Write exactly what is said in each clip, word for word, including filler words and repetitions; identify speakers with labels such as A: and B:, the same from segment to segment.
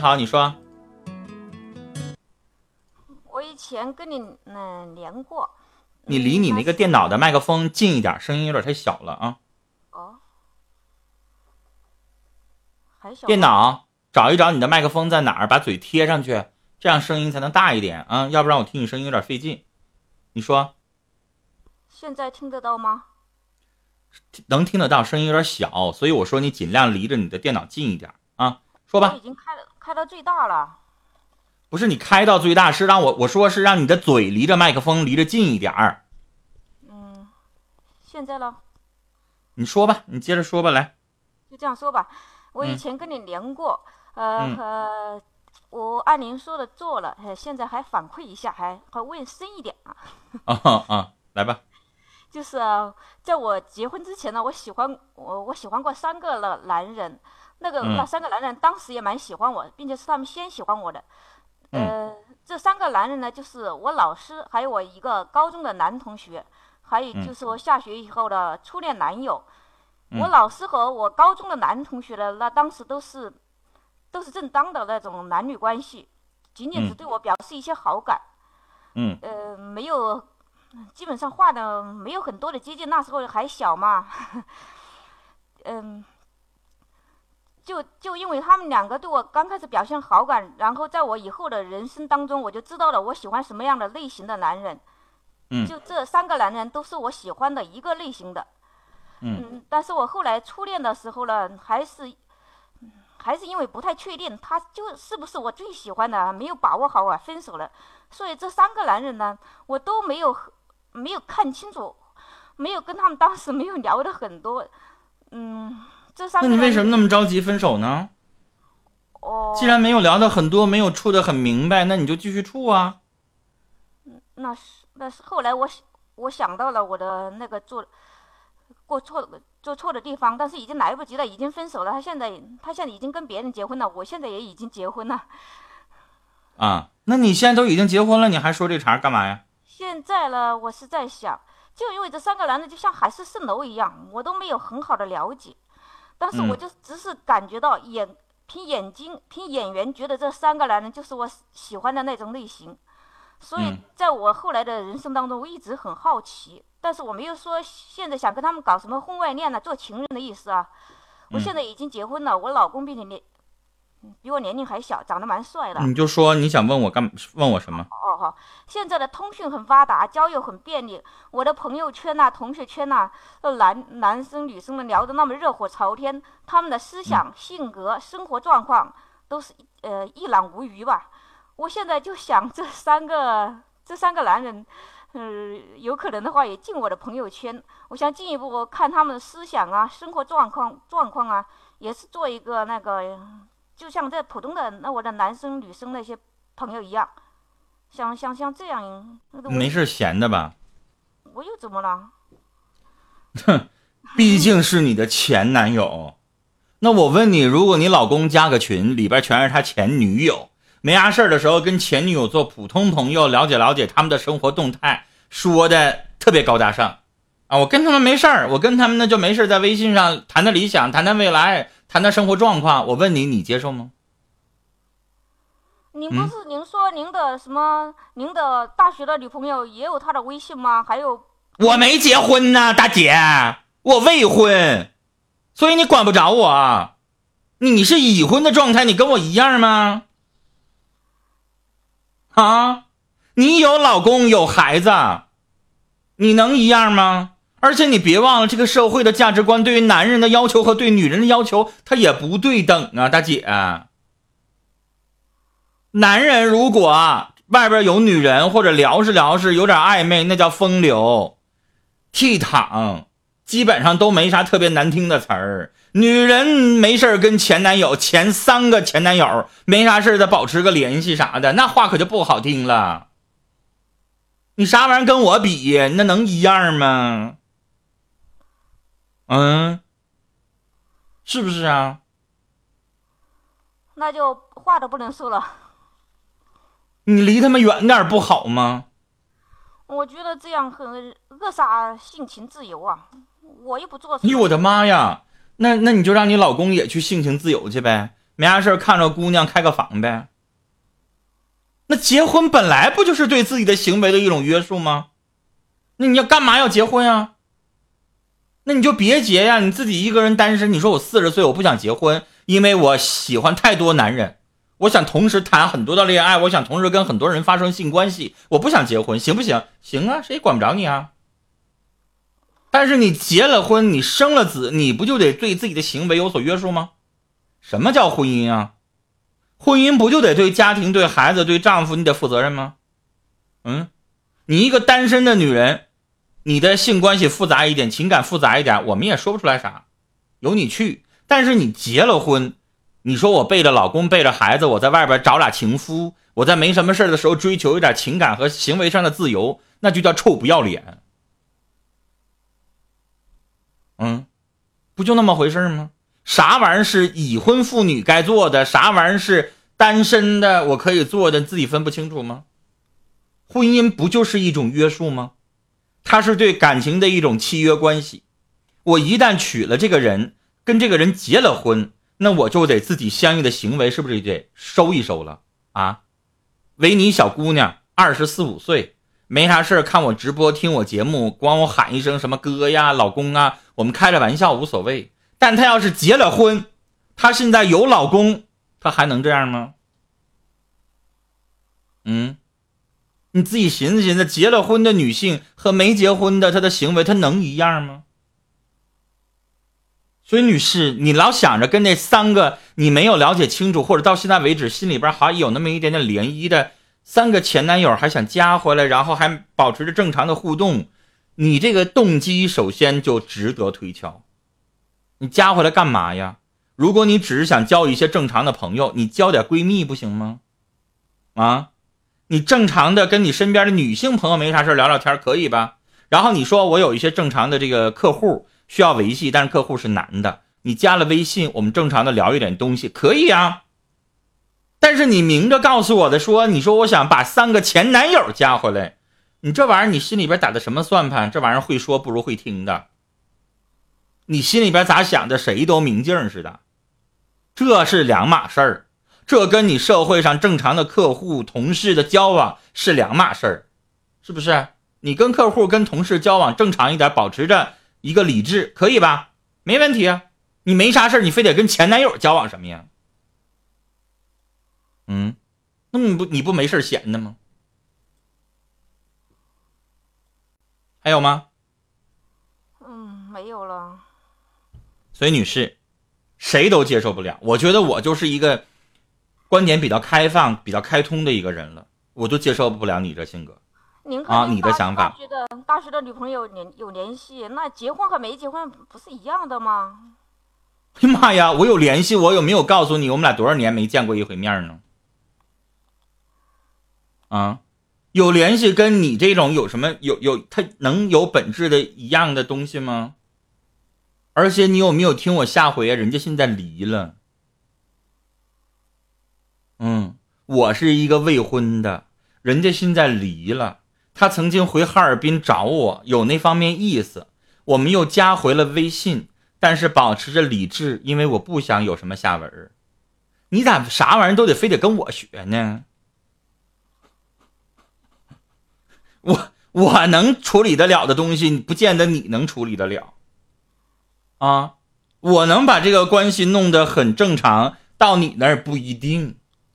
A: 好，你说。
B: 我以前跟你嗯、呃、连过。
A: 你离你那个电脑的麦克风近一点，声音有点太小了啊。
B: 哦，还小。
A: 电脑找一找你的麦克风在哪儿，把嘴贴上去，这样声音才能大一点啊，要不然我听你声音有点费劲。你说。
B: 现在听得到吗？
A: 能听得到，声音有点小，所以我说你尽量离着你的电脑近一点啊。说吧。
B: 我已经开了，开到最大了。
A: 不是你开到最大，是让我我说是让你的嘴离着麦克风离着近一点儿。
B: 嗯，现在了。
A: 你说吧，你接着说吧，来。
B: 就这样说吧，我以前跟你连过，
A: 嗯、
B: 呃呃，我按您说的做了，现在还反馈一下，还还问深一点啊。
A: 啊啊，来吧。
B: 就是在我结婚之前呢，我喜欢我我喜欢过三个了男人，那个、
A: 嗯、
B: 那三个男人当时也蛮喜欢我，并且是他们先喜欢我的。
A: 嗯、
B: 呃，这三个男人呢，就是我老师，还有我一个高中的男同学，还有就是我下学以后的初恋男友。
A: 嗯、
B: 我老师和我高中的男同学呢，那当时都是都是正当的那种男女关系，仅仅只对我表示一些好感。
A: 嗯，
B: 呃，没有，基本上话的没有很多的接近，那时候还小嘛。嗯。就就因为他们两个对我刚开始表现好感，然后在我以后的人生当中，我就知道了我喜欢什么样的类型的男人。
A: 嗯，
B: 就这三个男人都是我喜欢的一个类型的。
A: 嗯,
B: 嗯，但是我后来初恋的时候呢，还是还是因为不太确定他就是不是我最喜欢的，没有把握好啊，分手了。所以这三个男人呢，我都没有没有看清楚，没有跟他们当时没有聊的很多。嗯。
A: 那你为什么那么着急分手呢？
B: 哦，
A: 既然没有聊到很多，没有处得很明白，那你就继续处啊。
B: 那是那是后来我我想到了我的那个做过错做错的地方，但是已经来不及了，已经分手了。他现在他现在已经跟别人结婚了，我现在也已经结婚了。
A: 啊，那你现在都已经结婚了，你还说这茬干嘛呀？
B: 现在呢，我是在想，就因为这三个男的就像海市蜃楼一样，我都没有很好的了解。但是我就只是感觉到眼、嗯、凭眼睛凭眼缘觉得这三个男人就是我喜欢的那种类型，所以在我后来的人生当中我一直很好奇，但是我没有说现在想跟他们搞什么婚外恋啊做情人的意思啊。我现在已经结婚了，我老公比你年比我年龄还小，长得蛮帅的。
A: 你就说你想问我干问我什么？
B: 哦好，现在的通讯很发达，交友很便利，我的朋友圈呐、啊、同学圈呐、啊，男男生女生们聊得那么热火朝天，他们的思想、
A: 嗯、
B: 性格、生活状况都是呃一览无余吧。我现在就想这三个这三个男人，呃，有可能的话也进我的朋友圈，我想进一步看他们的思想啊、生活状况状况啊，也是做一个那个。就像这普通的那我的男生女生那些朋友一样，像像像这样，
A: 没事闲的吧？
B: 我又怎么了？
A: 哼，毕竟是你的前男友。那我问你，如果你老公加个群，里边全是他前女友，没啥事的时候跟前女友做普通朋友，了解了解他们的生活动态，说的特别高大上啊！我跟他们没事儿，我跟他们呢就没事，在微信上谈谈理想，谈谈未来，谈谈生活状况。我问你，你接受吗？
B: 您不是您说您的什么、嗯、您的大学的女朋友也有她的微信吗？还有
A: 我没结婚呢，大姐，我未婚，所以你管不着我。你是已婚的状态，你跟我一样吗？啊，你有老公有孩子，你能一样吗？而且你别忘了，这个社会的价值观对于男人的要求和对女人的要求它也不对等啊，大姐。男人如果外边有女人或者聊是聊是有点暧昧，那叫风流倜傥，基本上都没啥特别难听的词儿。女人没事跟前男友前三个前男友没啥事的保持个联系啥的，那话可就不好听了。你啥玩意儿跟我比，那能一样吗？嗯，是不是啊？
B: 那就话都不能说了。
A: 你离他们远点不好吗？
B: 我觉得这样很扼杀性情自由啊！我又不做什么。
A: 哎呦我的妈呀！那那你就让你老公也去性情自由去呗， 没啥事看着姑娘开个房呗。那结婚本来不就是对自己的行为的一种约束吗？那你要干嘛要结婚啊？那你就别结呀，你自己一个人单身。你说我四十岁我不想结婚，因为我喜欢太多男人，我想同时谈很多的恋爱，我想同时跟很多人发生性关系，我不想结婚，行不行？行啊，谁管不着你啊。但是你结了婚，你生了子，你不就得对自己的行为有所约束吗？什么叫婚姻啊？婚姻不就得对家庭、对孩子、对丈夫你得负责任吗？嗯，你一个单身的女人，你的性关系复杂一点，情感复杂一点，我们也说不出来啥，由你去。但是你结了婚，你说我背着老公背着孩子，我在外边找俩情夫，我在没什么事的时候追求一点情感和行为上的自由，那就叫臭不要脸。嗯，不就那么回事吗？啥玩意儿是已婚妇女该做的，啥玩意儿是单身的我可以做的，自己分不清楚吗？婚姻不就是一种约束吗？它是对感情的一种契约关系。我一旦娶了这个人，跟这个人结了婚，那我就得自己相应的行为是不是得收一收了啊？维尼小姑娘二十四五岁，没啥事看我直播听我节目，光我喊一声什么哥呀老公啊，我们开着玩笑无所谓。但她要是结了婚，她现在有老公，她还能这样吗？嗯，你自己寻思寻思，结了婚的女性和没结婚的她的行为她能一样吗？所以女士，你老想着跟那三个你没有了解清楚，或者到现在为止心里边还有那么一点点涟漪的三个前男友还想加回来，然后还保持着正常的互动，你这个动机首先就值得推敲。你加回来干嘛呀？如果你只是想交一些正常的朋友，你交点闺蜜不行吗？啊，你正常的跟你身边的女性朋友没啥事聊聊天可以吧？然后你说我有一些正常的这个客户需要维系，但是客户是男的，你加了微信，我们正常的聊一点东西可以啊。但是你明着告诉我的说，你说我想把三个前男友加回来，你这玩意儿你心里边打的什么算盘？这玩意儿会说不如会听的。你心里边咋想的谁都明镜似的，这是两码事儿，这跟你社会上正常的客户同事的交往是两码事儿，是不是？你跟客户跟同事交往正常一点，保持着一个理智可以吧？没问题啊。你没啥事你非得跟前男友交往什么呀？嗯，那你不你不没事闲的吗？还有吗？
B: 嗯，没有了。
A: 所以女士，谁都接受不了。我觉得我就是一个观点比较开放比较开通的一个人了，我都接受不了你这性格。
B: 您
A: 啊，你的想法。
B: 大学的大学的女朋友联有联系，那结婚和没结婚不是一样的吗？
A: 哎妈呀，我有联系，我有没有告诉你我们俩多少年没见过一回面呢？啊，有联系跟你这种有什么有有它能有本质的一样的东西吗？而且你有没有听我下回啊？人家现在离了。嗯，我是一个未婚的，人家现在离了。他曾经回哈尔滨找我，有那方面意思，我们又加回了微信，但是保持着理智，因为我不想有什么下文。你咋啥玩意儿都得非得跟我学呢？我我能处理得了的东西，不见得你能处理得了啊！我能把这个关系弄得很正常，到你那儿不一定。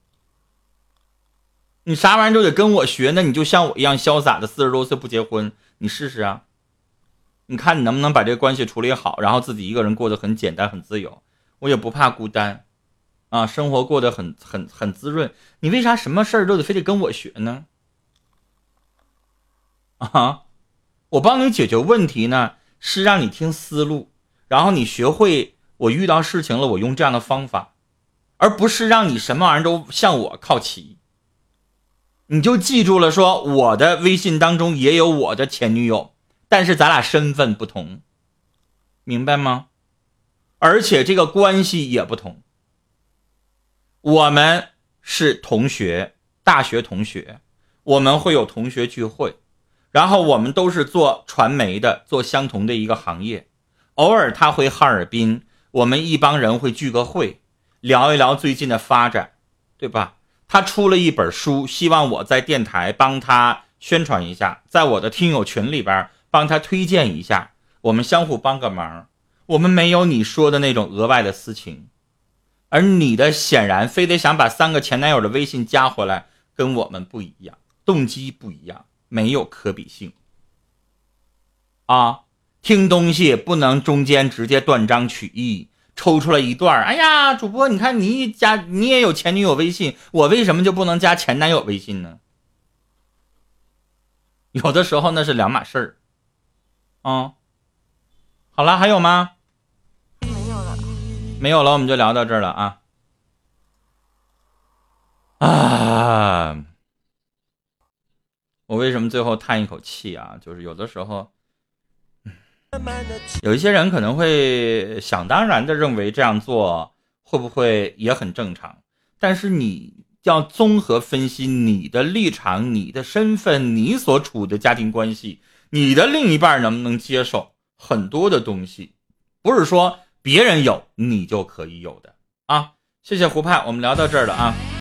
A: 你啥玩意儿都得跟我学，那你就像我一样潇洒的四十多岁不结婚，你试试啊！你看你能不能把这个关系处理好，然后自己一个人过得很简单很自由，我也不怕孤单啊，生活过得很很很滋润。你为啥什么事儿都得非得跟我学呢？啊，我帮你解决问题呢，是让你听思路，然后你学会我遇到事情了我用这样的方法，而不是让你什么玩意儿都向我靠齐。你就记住了说，我的微信当中也有我的前女友，但是咱俩身份不同，明白吗？而且这个关系也不同。我们是同学，大学同学，我们会有同学聚会，然后我们都是做传媒的，做相同的一个行业。偶尔他回哈尔滨，我们一帮人会聚个会， 聊一聊最近的发展，对吧？他出了一本书，希望我在电台帮他宣传一下，在我的听友群里边帮他推荐一下，我们相互帮个忙。我们没有你说的那种额外的私情，而你的显然非得想把三个前男友的微信加回来，跟我们不一样，动机不一样，没有可比性啊！听东西不能中间直接断章取义，抽出来一段，哎呀，主播，你看你加你也有前女友微信，我为什么就不能加前男友微信呢？有的时候那是两码事儿啊。好了，还有吗？
B: 没有了，
A: 没有了，我们就聊到这儿了啊。啊，我为什么最后叹一口气啊？就是有的时候，有一些人可能会想当然的认为这样做会不会也很正常，但是你要综合分析你的立场、你的身份、你所处的家庭关系，你的另一半能不能接受很多的东西，不是说别人有你就可以有的啊。谢谢胡派，我们聊到这儿了啊。